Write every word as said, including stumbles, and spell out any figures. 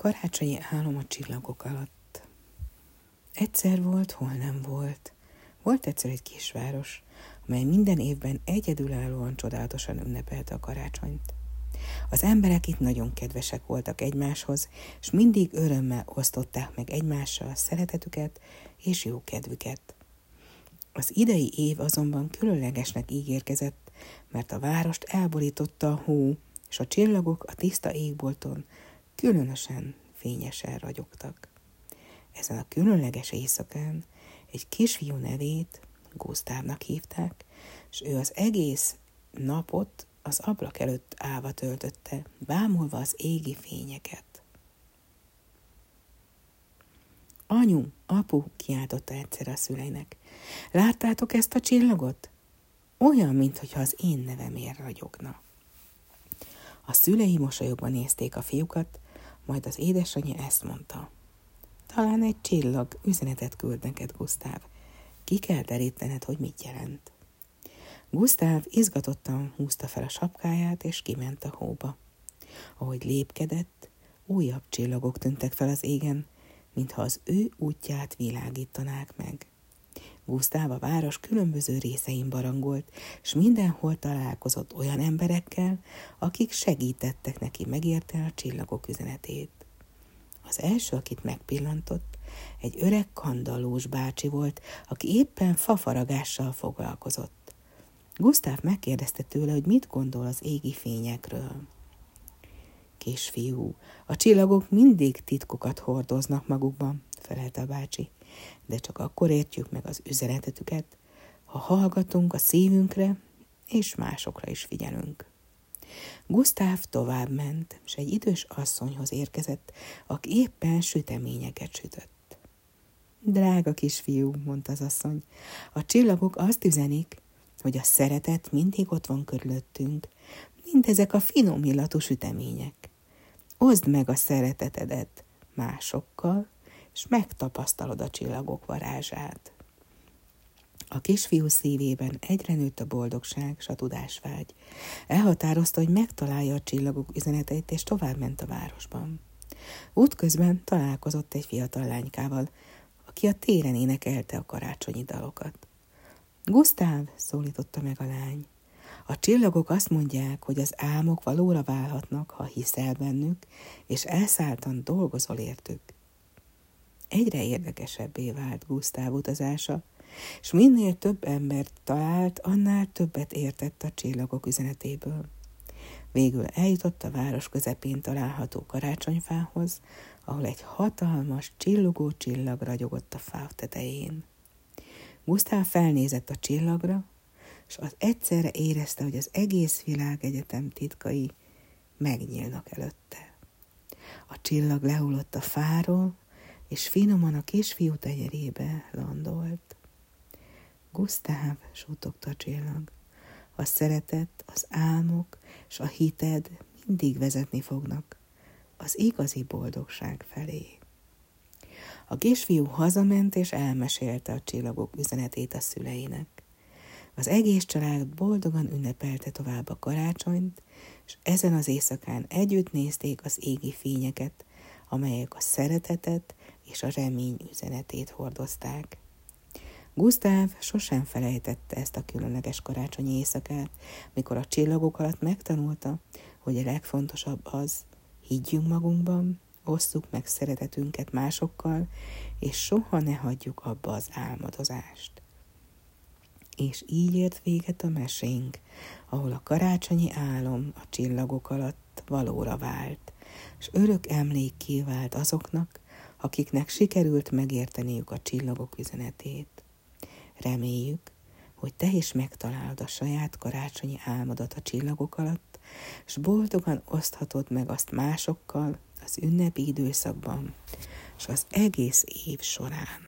Karácsonyi álom a csillagok alatt. Egyszer volt, hol nem volt. Volt egyszer egy kisváros, amely minden évben egyedülállóan csodálatosan ünnepelte a karácsonyt. Az emberek itt nagyon kedvesek voltak egymáshoz, és mindig örömmel osztották meg egymással a szeretetüket és jó kedvüket. Az idei év azonban különlegesnek ígérkezett, mert a várost elborította a hó, és a csillagok a tiszta égbolton különösen fényesen ragyogtak. Ezen a különleges éjszakán egy kisfiú nevét Gusztávnak hívták, és ő az egész napot az ablak előtt állva töltötte, bámulva az égi fényeket. Anyu, apu, kiáltotta egyszer a szüleinek. Láttátok ezt a csillagot? Olyan, mintha az én nevemért ragyogna. A szülei mosolyogva nézték a fiúkat, majd az édesanyja ezt mondta. Talán egy csillag üzenetet küld neked, Gusztáv. Ki kell derítened, hogy mit jelent. Gusztáv izgatottan húzta fel a sapkáját, és kiment a hóba. Ahogy lépkedett, újabb csillagok tűntek fel az égen, mintha az ő útját világítanák meg. Gusztáv a város különböző részein barangolt, és mindenhol találkozott olyan emberekkel, akik segítettek neki megérteni a csillagok üzenetét. Az első, akit megpillantott, egy öreg kandallós bácsi volt, aki éppen fafaragással foglalkozott. Gusztáv megkérdezte tőle, hogy mit gondol az égi fényekről. Kisfiú, a csillagok mindig titkokat hordoznak magukban, felelte a bácsi, de csak akkor értjük meg az üzenetetüket, ha hallgatunk a szívünkre, és másokra is figyelünk. Gusztáv tovább ment, és egy idős asszonyhoz érkezett, aki éppen süteményeket sütött. Drága kisfiú, mondta az asszony, a csillagok azt üzenik, hogy a szeretet mindig ott van körülöttünk, mint ezek a finom illatú sütemények. Oszd meg a szeretetedet másokkal, és megtapasztalod a csillagok varázsát. A kisfiú szívében egyre nőtt a boldogság s a tudásvágy. Elhatározta, hogy megtalálja a csillagok üzeneteit, és tovább ment a városban. Útközben találkozott egy fiatal lánykával, aki a téren énekelte a karácsonyi dalokat. Gusztáv, szólította meg a lány. A csillagok azt mondják, hogy az álmok valóra válhatnak, ha hiszel bennük, és elszálltan dolgozol értük. Egyre érdekesebbé vált Gusztáv utazása, és minél több embert talált, annál többet értett a csillagok üzenetéből. Végül eljutott a város közepén található karácsonyfához, ahol egy hatalmas, csillogó csillag ragyogott a fá tetején. Gusztáv felnézett a csillagra, és az egyszerre érezte, hogy az egész világegyetem titkai megnyílnak előtte. A csillag lehullott a fáról, és finoman a kisfiú tenyerébe landolt. Gusztáv, suttogta a csillag, a szeretet, az álmok és a hited mindig vezetni fognak az igazi boldogság felé. A kisfiú hazament és elmesélte a csillagok üzenetét a szüleinek. Az egész család boldogan ünnepelte tovább a karácsonyt, és ezen az éjszakán együtt nézték az égi fényeket, amelyek a szeretetet és a remény üzenetét hordozták. Gusztáv sosem felejtette ezt a különleges karácsonyi éjszakát, mikor a csillagok alatt megtanulta, hogy a legfontosabb az, higgyünk magunkban, osszuk meg szeretetünket másokkal, és soha ne hagyjuk abba az álmodozást. És így ért véget a mesénk, ahol a karácsonyi álom a csillagok alatt valóra vált, és örök emlékké vált azoknak, akiknek sikerült megérteniük a csillagok üzenetét. Reméljük, hogy te is megtalálod a saját karácsonyi álmodat a csillagok alatt, és boldogan oszthatod meg azt másokkal az ünnepi időszakban, és az egész év során.